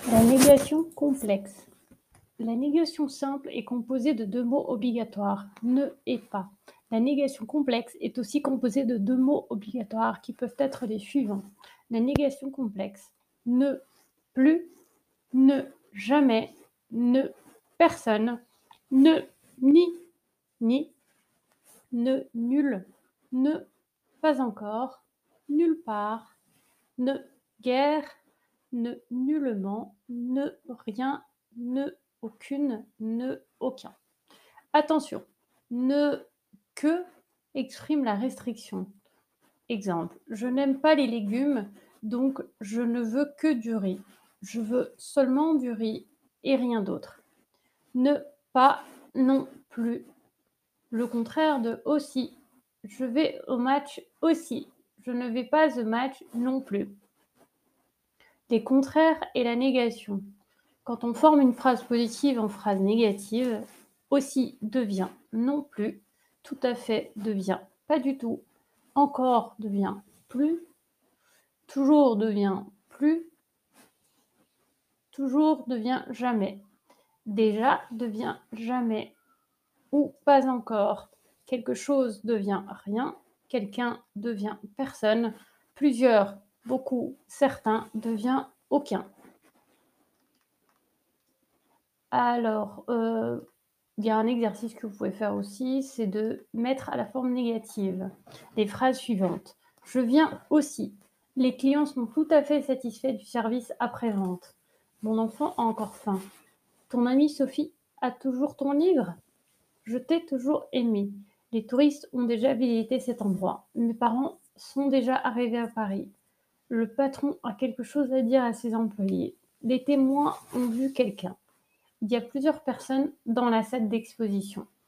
La négation complexe. La négation simple est composée de deux mots obligatoires, ne et pas. La négation complexe est aussi composée de deux mots obligatoires qui peuvent être les suivants. La négation complexe, ne, plus, ne, jamais, ne, personne, ne, ni, ne, nul, ne, pas encore, nulle part, ne, guère, ne, nullement, ne, rien, ne, aucune, ne, aucun. Attention, ne, que exprime la restriction. Exemple, je n'aime pas les légumes, donc je ne veux que du riz. Je veux seulement du riz et rien d'autre. Ne, pas, non plus. Le contraire de aussi. Je vais au match aussi. Je ne vais pas au match non plus. Les contraires et la négation. Quand on forme une phrase positive en phrase négative, aussi devient non plus, tout à fait devient pas du tout, encore devient plus, toujours devient plus, toujours devient jamais, déjà devient jamais, ou pas encore. Quelque chose devient rien, quelqu'un devient personne, plusieurs, beaucoup, certains devient aucun. Alors, il y a un exercice que vous pouvez faire aussi, c'est de mettre à la forme négative les phrases suivantes. Je viens aussi. Les clients sont tout à fait satisfaits du service après-vente. Mon enfant a encore faim. Ton amie Sophie a toujours ton livre? Je t'ai toujours aimé. Les touristes ont déjà visité cet endroit. Mes parents sont déjà arrivés à Paris. Le patron a quelque chose à dire à ses employés. Les témoins ont vu quelqu'un. Il y a plusieurs personnes dans la salle d'exposition.